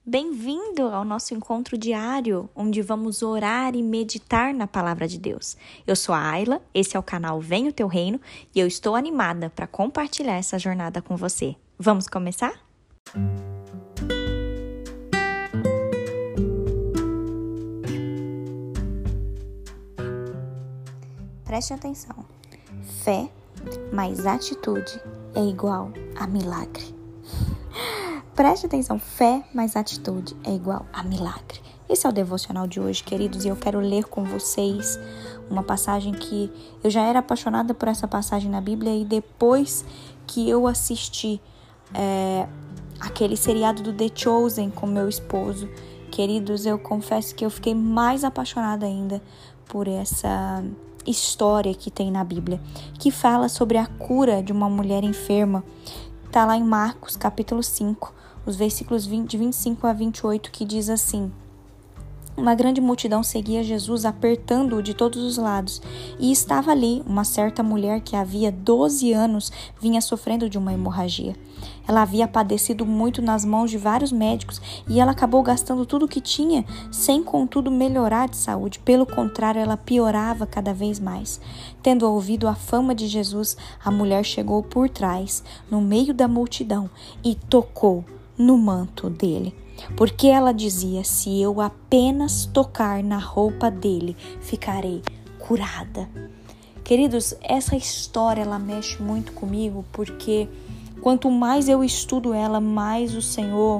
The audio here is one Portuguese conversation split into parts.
Bem-vindo ao nosso encontro diário, onde vamos orar e meditar na Palavra de Deus. Eu sou a Ayla, esse é o canal Vem o Teu Reino e eu estou animada para compartilhar essa jornada com você. Vamos começar? Preste atenção. Fé mais atitude é igual a milagre. Preste atenção, fé mais atitude é igual a milagre. Esse é o devocional de hoje, queridos, e eu quero ler com vocês uma passagem que eu já era apaixonada por essa passagem na Bíblia e depois que eu assisti aquele seriado do The Chosen com meu esposo, queridos, eu confesso que eu fiquei mais apaixonada ainda por essa história que tem na Bíblia, que fala sobre a cura de uma mulher enferma. Está lá em Marcos, capítulo 5, os versículos de 25 a 28, que diz assim: uma grande multidão seguia Jesus, apertando-o de todos os lados. E estava ali uma certa mulher que havia 12 anos vinha sofrendo de uma hemorragia. Ela havia padecido muito nas mãos de vários médicos e ela acabou gastando tudo o que tinha, sem contudo melhorar de saúde. Pelo contrário, ela piorava cada vez mais. Tendo ouvido a fama de Jesus, a mulher chegou por trás, no meio da multidão, e tocou no manto dele. Porque ela dizia: se eu apenas tocar na roupa dele, ficarei curada. Queridos, essa história ela mexe muito comigo, porque quanto mais eu estudo ela, mais o Senhor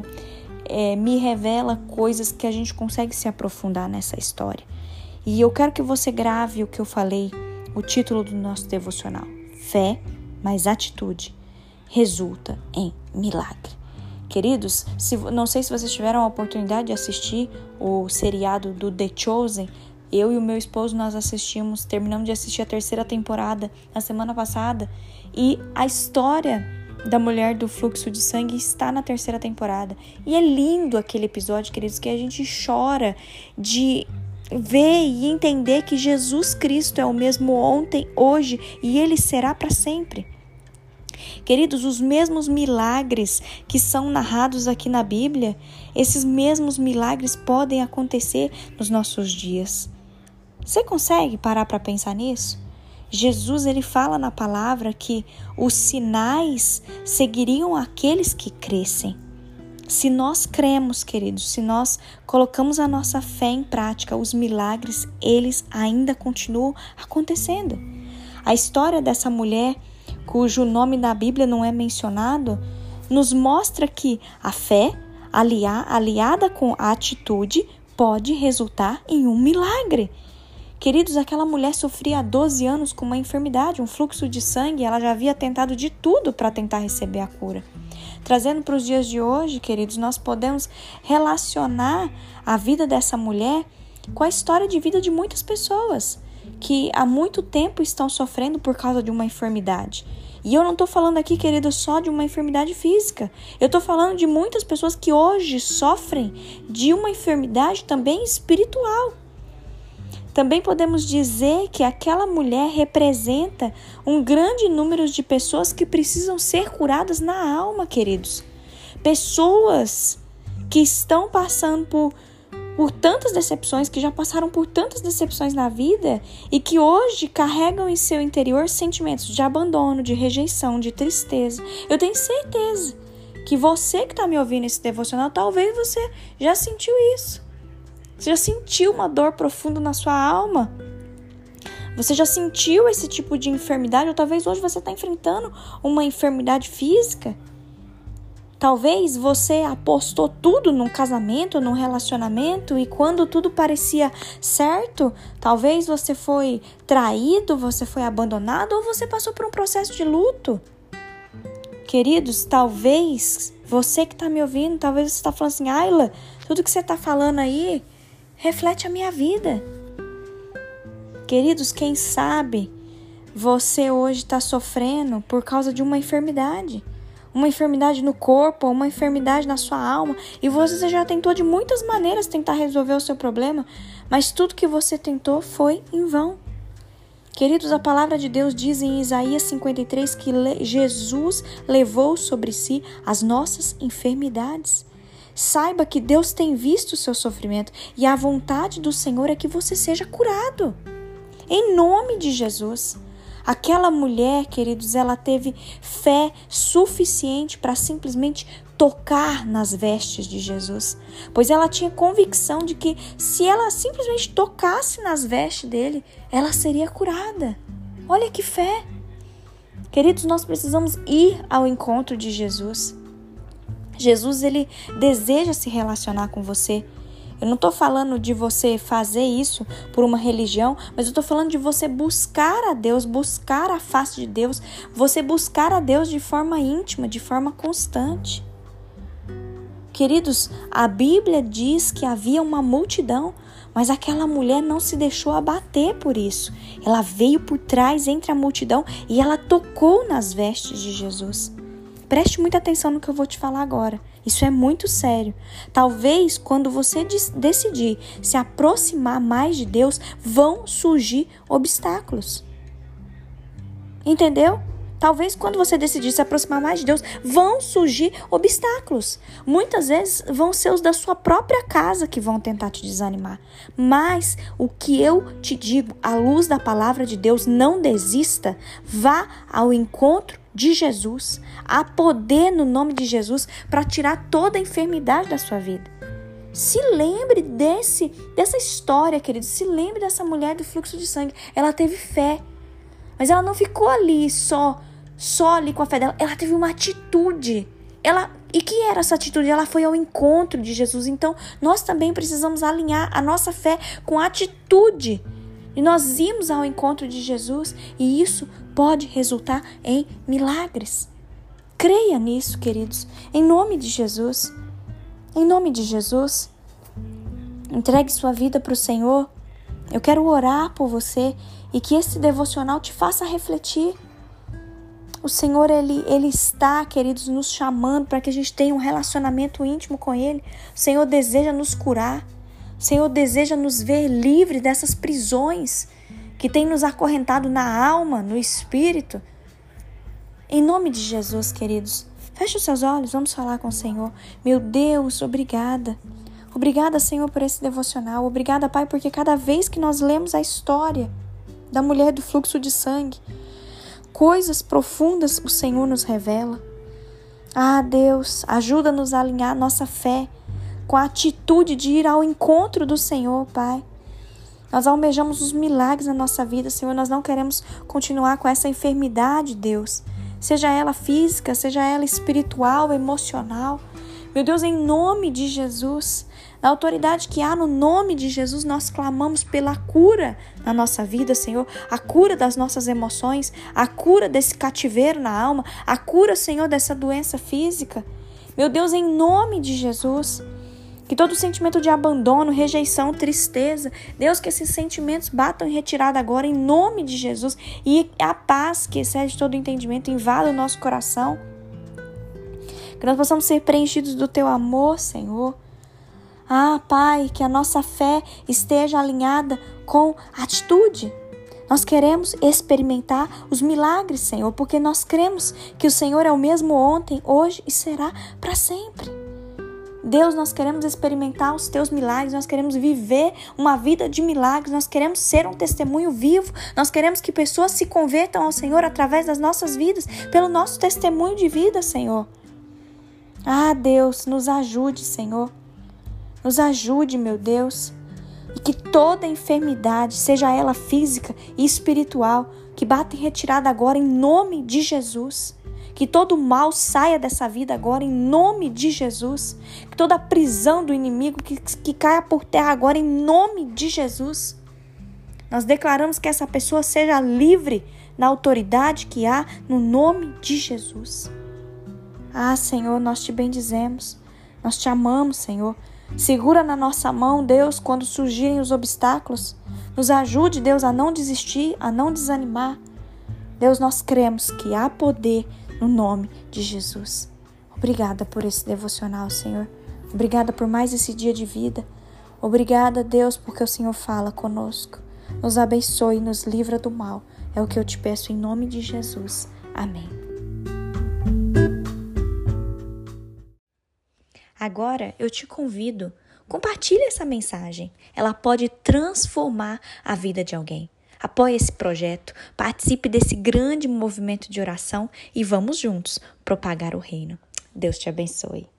me revela coisas que a gente consegue se aprofundar nessa história. E eu quero que você grave o que eu falei, o título do nosso devocional: fé mais atitude resulta em milagre. Queridos, não sei se vocês tiveram a oportunidade de assistir o seriado do The Chosen. Eu e o meu esposo, nós terminamos de assistir a 3ª temporada na semana passada. E a história da mulher do fluxo de sangue está na 3ª temporada. E é lindo aquele episódio, queridos, que a gente chora de ver e entender que Jesus Cristo é o mesmo ontem, hoje e Ele será para sempre. Queridos, os mesmos milagres que são narrados aqui na Bíblia, esses mesmos milagres podem acontecer nos nossos dias. Você consegue parar para pensar nisso? Jesus, ele fala na palavra que os sinais seguiriam aqueles que crescem. Se nós cremos, queridos, se nós colocamos a nossa fé em prática, os milagres, eles ainda continuam acontecendo. A história dessa mulher, cujo nome na Bíblia não é mencionado, nos mostra que a fé, aliada com a atitude, pode resultar em um milagre. Queridos, aquela mulher sofria há 12 anos com uma enfermidade, um fluxo de sangue, ela já havia tentado de tudo para tentar receber a cura. Trazendo para os dias de hoje, queridos, nós podemos relacionar a vida dessa mulher com a história de vida de muitas pessoas que há muito tempo estão sofrendo por causa de uma enfermidade. E eu não estou falando aqui, querido, só de uma enfermidade física. Eu estou falando de muitas pessoas que hoje sofrem de uma enfermidade também espiritual. Também podemos dizer que aquela mulher representa um grande número de pessoas que precisam ser curadas na alma, queridos. Pessoas que estão passando por tantas decepções, que já passaram por tantas decepções na vida e que hoje carregam em seu interior sentimentos de abandono, de rejeição, de tristeza. Eu tenho certeza que você que está me ouvindo nesse devocional, talvez você já sentiu isso. Você já sentiu uma dor profunda na sua alma? Você já sentiu esse tipo de enfermidade? Ou talvez hoje você está enfrentando uma enfermidade física? Talvez você apostou tudo num casamento, num relacionamento, e quando tudo parecia certo, talvez você foi traído, você foi abandonado ou você passou por um processo de luto. Queridos, talvez você que está me ouvindo, talvez você está falando assim: Ayla, tudo que você está falando aí reflete a minha vida. Queridos, quem sabe você hoje está sofrendo por causa de uma enfermidade no corpo, uma enfermidade na sua alma, e você já tentou de muitas maneiras tentar resolver o seu problema, mas tudo que você tentou foi em vão. Queridos, a palavra de Deus diz em Isaías 53 que Jesus levou sobre si as nossas enfermidades. Saiba que Deus tem visto o seu sofrimento e a vontade do Senhor é que você seja curado. Em nome de Jesus. Aquela mulher, queridos, ela teve fé suficiente para simplesmente tocar nas vestes de Jesus, pois ela tinha convicção de que se ela simplesmente tocasse nas vestes dele, ela seria curada. Olha que fé! Queridos, nós precisamos ir ao encontro de Jesus. Jesus, ele deseja se relacionar com você. Eu não estou falando de você fazer isso por uma religião, mas eu estou falando de você buscar a Deus, buscar a face de Deus, você buscar a Deus de forma íntima, de forma constante. Queridos, a Bíblia diz que havia uma multidão, mas aquela mulher não se deixou abater por isso. Ela veio por trás entre a multidão e ela tocou nas vestes de Jesus. Preste muita atenção no que eu vou te falar agora. Isso é muito sério. Talvez quando você decidir se aproximar mais de Deus, vão surgir obstáculos. Entendeu? Talvez quando você decidir se aproximar mais de Deus, vão surgir obstáculos. Muitas vezes vão ser os da sua própria casa que vão tentar te desanimar. Mas o que eu te digo, à luz da palavra de Deus, não desista. Vá ao encontro de Jesus. Há poder no nome de Jesus para tirar toda a enfermidade da sua vida. Se lembre dessa história, querido. Se lembre dessa mulher do fluxo de sangue. Ela teve fé. Mas ela não ficou ali só ali com a fé dela. Ela teve uma atitude. E que era essa atitude? Ela foi ao encontro de Jesus. Então, nós também precisamos alinhar a nossa fé com a atitude. E nós irmos ao encontro de Jesus. E isso pode resultar em milagres. Creia nisso, queridos. Em nome de Jesus. Em nome de Jesus. Entregue sua vida para o Senhor. Eu quero orar por você. E que esse devocional te faça refletir. O Senhor, Ele está, queridos, nos chamando para que a gente tenha um relacionamento íntimo com Ele. O Senhor deseja nos curar. O Senhor deseja nos ver livres dessas prisões que tem nos acorrentado na alma, no espírito. Em nome de Jesus, queridos, feche os seus olhos, vamos falar com o Senhor. Meu Deus, obrigada. Obrigada, Senhor, por esse devocional. Obrigada, Pai, porque cada vez que nós lemos a história da mulher do fluxo de sangue, coisas profundas o Senhor nos revela. Ah, Deus, ajuda-nos a alinhar nossa fé com a atitude de ir ao encontro do Senhor, Pai. Nós almejamos os milagres na nossa vida, Senhor. Nós não queremos continuar com essa enfermidade, Deus. Seja ela física, seja ela espiritual, emocional. Meu Deus, em nome de Jesus, na autoridade que há no nome de Jesus, nós clamamos pela cura na nossa vida, Senhor. A cura das nossas emoções, a cura desse cativeiro na alma, a cura, Senhor, dessa doença física. Meu Deus, em nome de Jesus, que todo sentimento de abandono, rejeição, tristeza, Deus, que esses sentimentos batam em retirada agora, em nome de Jesus, e a paz que excede todo entendimento invada o nosso coração. Que nós possamos ser preenchidos do Teu amor, Senhor. Ah, Pai, que a nossa fé esteja alinhada com atitude. Nós queremos experimentar os milagres, Senhor, porque nós cremos que o Senhor é o mesmo ontem, hoje e será para sempre. Deus, nós queremos experimentar os Teus milagres, nós queremos viver uma vida de milagres, nós queremos ser um testemunho vivo, nós queremos que pessoas se convertam ao Senhor através das nossas vidas, pelo nosso testemunho de vida, Senhor. Ah, Deus, nos ajude, Senhor. Nos ajude, meu Deus. E que toda enfermidade, seja ela física e espiritual, que bata em retirada agora em nome de Jesus. Que todo mal saia dessa vida agora em nome de Jesus. Que toda prisão do inimigo que caia por terra agora em nome de Jesus. Nós declaramos que essa pessoa seja livre na autoridade que há no nome de Jesus. Ah, Senhor, nós te bendizemos. Nós te amamos, Senhor. Segura na nossa mão, Deus, quando surgirem os obstáculos. Nos ajude, Deus, a não desistir, a não desanimar. Deus, nós cremos que há poder no nome de Jesus. Obrigada por esse devocional, Senhor. Obrigada por mais esse dia de vida. Obrigada, Deus, porque o Senhor fala conosco. Nos abençoe e nos livra do mal. É o que eu te peço em nome de Jesus. Amém. Agora eu te convido, compartilhe essa mensagem. Ela pode transformar a vida de alguém. Apoie esse projeto, participe desse grande movimento de oração e vamos juntos propagar o reino. Deus te abençoe.